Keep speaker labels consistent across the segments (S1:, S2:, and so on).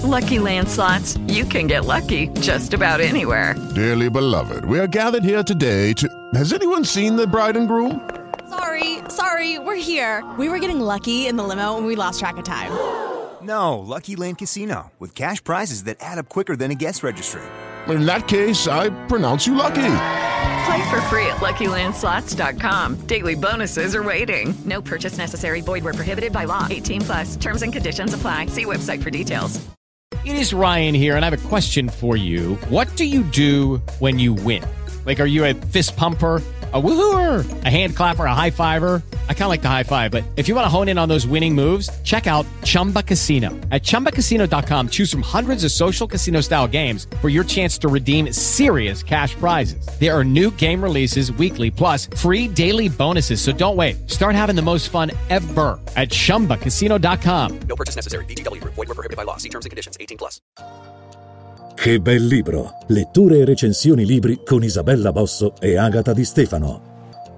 S1: Lucky Land Slots, you can get lucky just about anywhere.
S2: Dearly beloved, we are gathered here today to... Has anyone seen the bride and groom?
S3: Sorry, we're here. We were getting lucky in the limo and we lost track of time.
S4: No, Lucky Land Casino, with cash prizes that add up quicker than a guest registry.
S2: In that case, I pronounce you lucky.
S1: Play for free at LuckyLandSlots.com. Daily bonuses are waiting. No purchase necessary. Void where prohibited by law. 18+. Terms and conditions apply. See website for details.
S5: It is Ryan here, and I have a question for you. What do you do when you win? Like, are you a fist pumper, a woohooer, a hand clapper, a high fiver? I kind of like the high five, but if you want to hone in on those winning moves, check out Chumba Casino. At ChumbaCasino.com, choose from hundreds of social casino-style games for your chance to redeem serious cash prizes. There are new game releases weekly, plus free daily bonuses, so don't wait. Start having the most fun ever at ChumbaCasino.com.
S6: No purchase necessary. VGW. Void where prohibited by law. See terms and conditions. 18+.
S7: Che bel libro! Letture e recensioni libri con Isabella Bosso e Agata Di Stefano.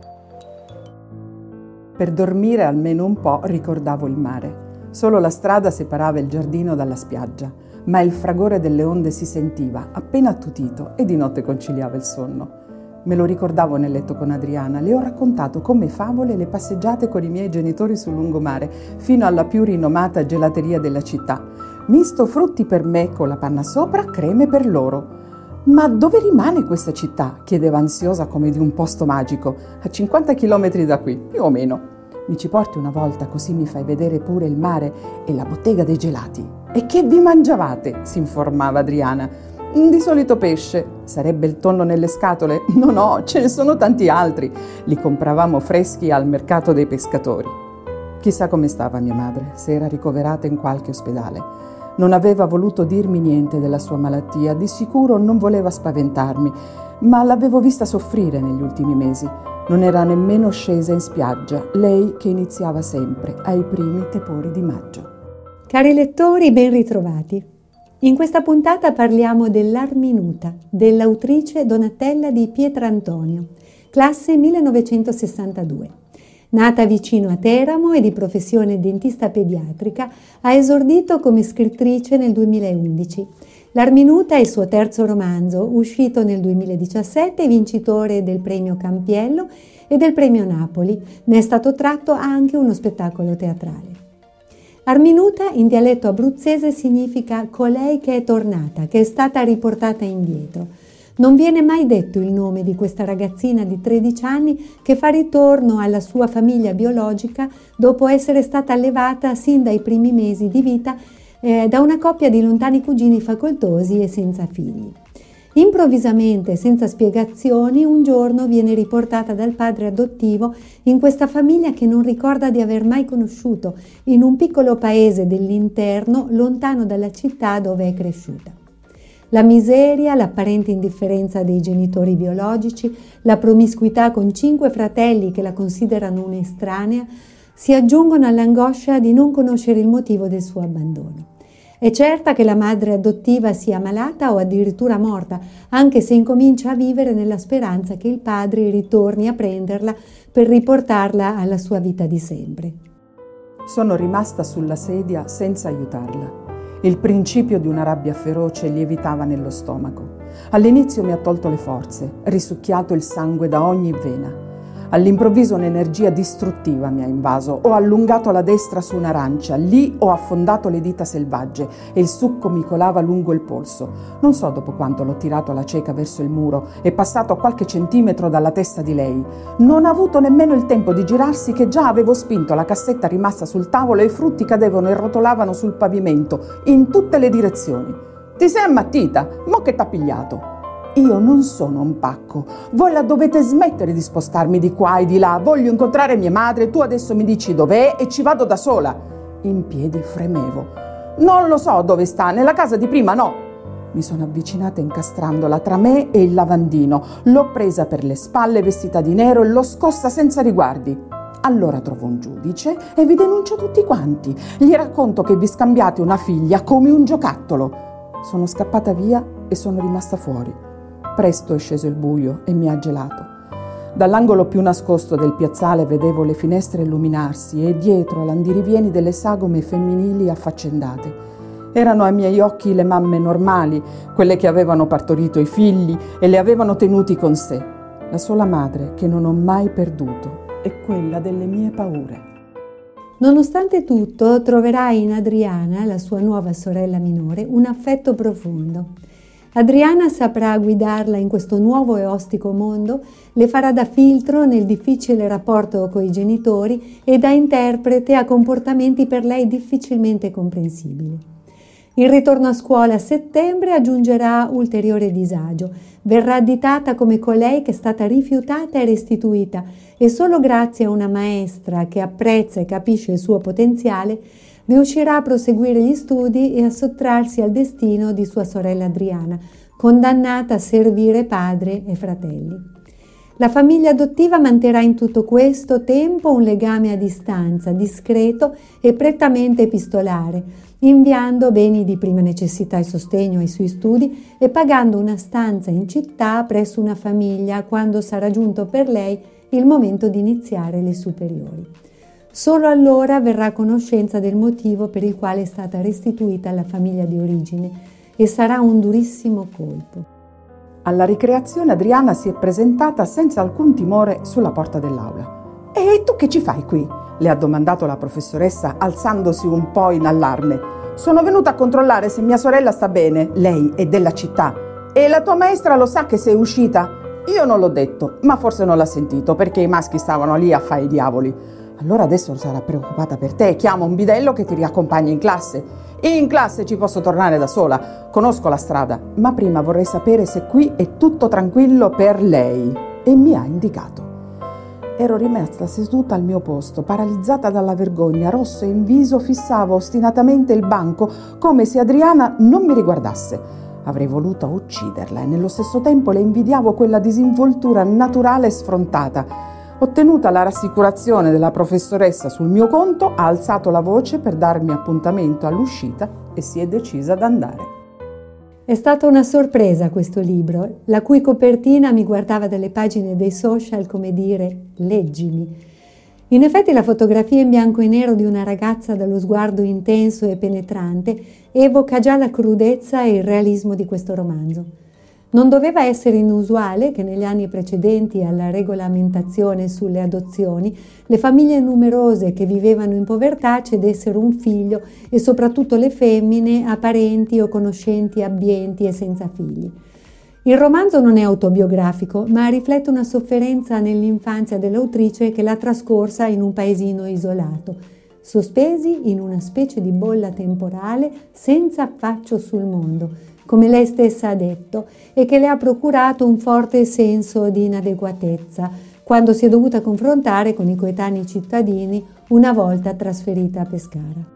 S8: Per dormire almeno un po' ricordavo il mare. Solo la strada separava il giardino dalla spiaggia, ma il fragore delle onde si sentiva, appena attutito, e di notte conciliava il sonno. Me lo ricordavo nel letto con Adriana, le ho raccontato come favole le passeggiate con i miei genitori sul lungomare, fino alla più rinomata gelateria della città. Misto frutti per me con la panna sopra, creme per loro. «Ma dove rimane questa città?» chiedeva ansiosa come di un posto magico. «A 50 chilometri da qui, più o meno. Mi ci porti una volta, così mi fai vedere pure il mare e la bottega dei gelati». «E che vi mangiavate?» si informava Adriana. «Di solito pesce. Sarebbe il tonno nelle scatole?» No, ce ne sono tanti altri. Li compravamo freschi al mercato dei pescatori». Chissà come stava mia madre, se era ricoverata in qualche ospedale. Non aveva voluto dirmi niente della sua malattia, di sicuro non voleva spaventarmi, ma l'avevo vista soffrire negli ultimi mesi. Non era nemmeno scesa in spiaggia, lei che iniziava sempre ai primi tepori di maggio.
S9: Cari lettori, ben ritrovati. In questa puntata parliamo dell'Arminuta, dell'autrice Donatella di Pietrantonio, classe 1962. Nata vicino a Teramo e di professione dentista pediatrica, ha esordito come scrittrice nel 2011. L'Arminuta è il suo terzo romanzo, uscito nel 2017, vincitore del premio Campiello e del premio Napoli. Ne è stato tratto anche uno spettacolo teatrale. Arminuta in dialetto abruzzese significa colei che è tornata, che è stata riportata indietro. Non viene mai detto il nome di questa ragazzina di 13 anni che fa ritorno alla sua famiglia biologica dopo essere stata allevata sin dai primi mesi di vita da una coppia di lontani cugini facoltosi e senza figli. Improvvisamente, senza spiegazioni, un giorno viene riportata dal padre adottivo in questa famiglia che non ricorda di aver mai conosciuto, in un piccolo paese dell'interno lontano dalla città dove è cresciuta. La miseria, l'apparente indifferenza dei genitori biologici, la promiscuità con 5 fratelli che la considerano un'estranea, si aggiungono all'angoscia di non conoscere il motivo del suo abbandono. È certa che la madre adottiva sia malata o addirittura morta, anche se incomincia a vivere nella speranza che il padre ritorni a prenderla per riportarla alla sua vita di sempre.
S8: Sono rimasta sulla sedia senza aiutarla. Il principio di una rabbia feroce lievitava nello stomaco. All'inizio mi ha tolto le forze, risucchiato il sangue da ogni vena. All'improvviso un'energia distruttiva mi ha invaso. Ho allungato la destra su un'arancia, lì ho affondato le dita selvagge e il succo mi colava lungo il polso. Non so dopo quanto l'ho tirato alla cieca verso il muro e passato a qualche centimetro dalla testa di lei. Non ha avuto nemmeno il tempo di girarsi che già avevo spinto la cassetta rimasta sul tavolo e i frutti cadevano e rotolavano sul pavimento in tutte le direzioni. «Ti sei ammattita? Mo che t'ha pigliato?» «Io non sono un pacco. Voi la dovete smettere di spostarmi di qua e di là. Voglio incontrare mia madre, tu adesso mi dici dov'è e ci vado da sola». In piedi fremevo. «Non lo so dove sta, nella casa di prima no». Mi sono avvicinata incastrandola tra me e il lavandino. L'ho presa per le spalle vestita di nero e l'ho scossa senza riguardi. «Allora trovo un giudice e vi denuncio tutti quanti. Gli racconto che vi scambiate una figlia come un giocattolo». Sono scappata via e sono rimasta fuori. Presto è sceso il buio e mi ha gelato. Dall'angolo più nascosto del piazzale vedevo le finestre illuminarsi e dietro l'andirivieni delle sagome femminili affaccendate. Erano ai miei occhi le mamme normali, quelle che avevano partorito i figli e li avevano tenuti con sé. La sola madre che non ho mai perduto è quella delle mie paure.
S9: Nonostante tutto, troverai in Adriana, la sua nuova sorella minore, un affetto profondo. Adriana saprà guidarla in questo nuovo e ostico mondo, le farà da filtro nel difficile rapporto coi genitori e da interprete a comportamenti per lei difficilmente comprensibili. Il ritorno a scuola a settembre aggiungerà ulteriore disagio. Verrà additata come colei che è stata rifiutata e restituita e solo grazie a una maestra che apprezza e capisce il suo potenziale riuscirà a proseguire gli studi e a sottrarsi al destino di sua sorella Adriana, condannata a servire padre e fratelli. La famiglia adottiva manterrà in tutto questo tempo un legame a distanza, discreto e prettamente epistolare, inviando beni di prima necessità e sostegno ai suoi studi e pagando una stanza in città presso una famiglia quando sarà giunto per lei il momento di iniziare le superiori. Solo allora verrà a conoscenza del motivo per il quale è stata restituita alla famiglia di origine e sarà un durissimo colpo.
S8: Alla ricreazione Adriana si è presentata senza alcun timore sulla porta dell'aula. «E tu che ci fai qui?» le ha domandato la professoressa alzandosi un po' in allarme. «Sono venuta a controllare se mia sorella sta bene, lei è della città. E la tua maestra lo sa che sei uscita?» «Io non l'ho detto, ma forse non l'ha sentito perché i maschi stavano lì a fare i diavoli. Allora adesso sarà preoccupata per te, chiama un bidello che ti riaccompagni in classe. In classe ci posso tornare da sola, conosco la strada, ma prima vorrei sapere se qui è tutto tranquillo per lei». E mi ha indicato. Ero rimasta seduta al mio posto, paralizzata dalla vergogna, rossa in viso, fissavo ostinatamente il banco come se Adriana non mi riguardasse. Avrei voluto ucciderla e nello stesso tempo le invidiavo quella disinvoltura naturale e sfrontata. Ottenuta la rassicurazione della professoressa sul mio conto, ha alzato la voce per darmi appuntamento all'uscita e si è decisa ad andare.
S9: È stata una sorpresa questo libro, la cui copertina mi guardava dalle pagine dei social come dire «leggimi». In effetti la fotografia in bianco e nero di una ragazza dallo sguardo intenso e penetrante evoca già la crudezza e il realismo di questo romanzo. Non doveva essere inusuale che negli anni precedenti alla regolamentazione sulle adozioni le famiglie numerose che vivevano in povertà cedessero un figlio e soprattutto le femmine a parenti o conoscenti abbienti e senza figli. Il romanzo non è autobiografico, ma riflette una sofferenza nell'infanzia dell'autrice che l'ha trascorsa in un paesino isolato, sospesi in una specie di bolla temporale senza affaccio sul mondo, come lei stessa ha detto, e che le ha procurato un forte senso di inadeguatezza quando si è dovuta confrontare con i coetanei cittadini una volta trasferita a Pescara.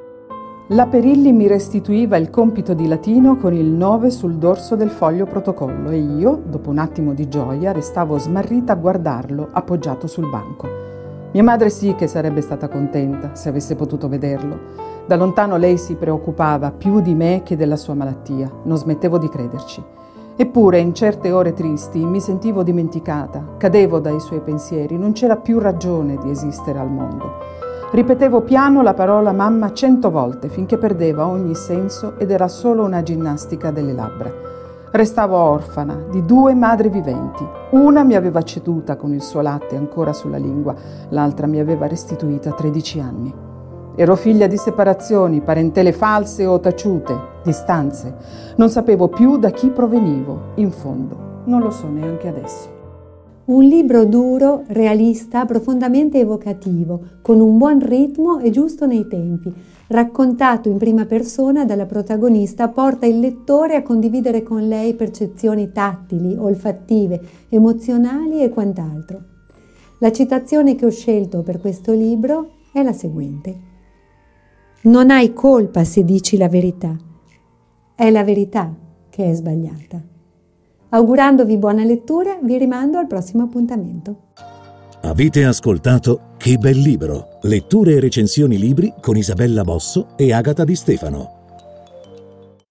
S8: La Perilli mi restituiva il compito di latino con il 9 sul dorso del foglio protocollo e io, dopo un attimo di gioia, restavo smarrita a guardarlo appoggiato sul banco. Mia madre sì che sarebbe stata contenta se avesse potuto vederlo. Da lontano lei si preoccupava più di me che della sua malattia, non smettevo di crederci. Eppure in certe ore tristi mi sentivo dimenticata, cadevo dai suoi pensieri, non c'era più ragione di esistere al mondo. Ripetevo piano la parola mamma 100 volte finché perdeva ogni senso ed era solo una ginnastica delle labbra. Restavo orfana di 2 madri viventi. Una mi aveva ceduta con il suo latte ancora sulla lingua, l'altra mi aveva restituita a 13 anni. Ero figlia di separazioni, parentele false o taciute, distanze. Non sapevo più da chi provenivo. In fondo, non lo so neanche adesso.
S9: Un libro duro, realista, profondamente evocativo, con un buon ritmo e giusto nei tempi. Raccontato in prima persona dalla protagonista, porta il lettore a condividere con lei percezioni tattili, olfattive, emozionali e quant'altro. La citazione che ho scelto per questo libro è la seguente. Non hai colpa se dici la verità. È la verità che è sbagliata. Augurandovi buona lettura, vi rimando al prossimo appuntamento.
S7: Avete ascoltato Che bel libro? Letture e recensioni libri con Isabella Bosso e Agata Di Stefano.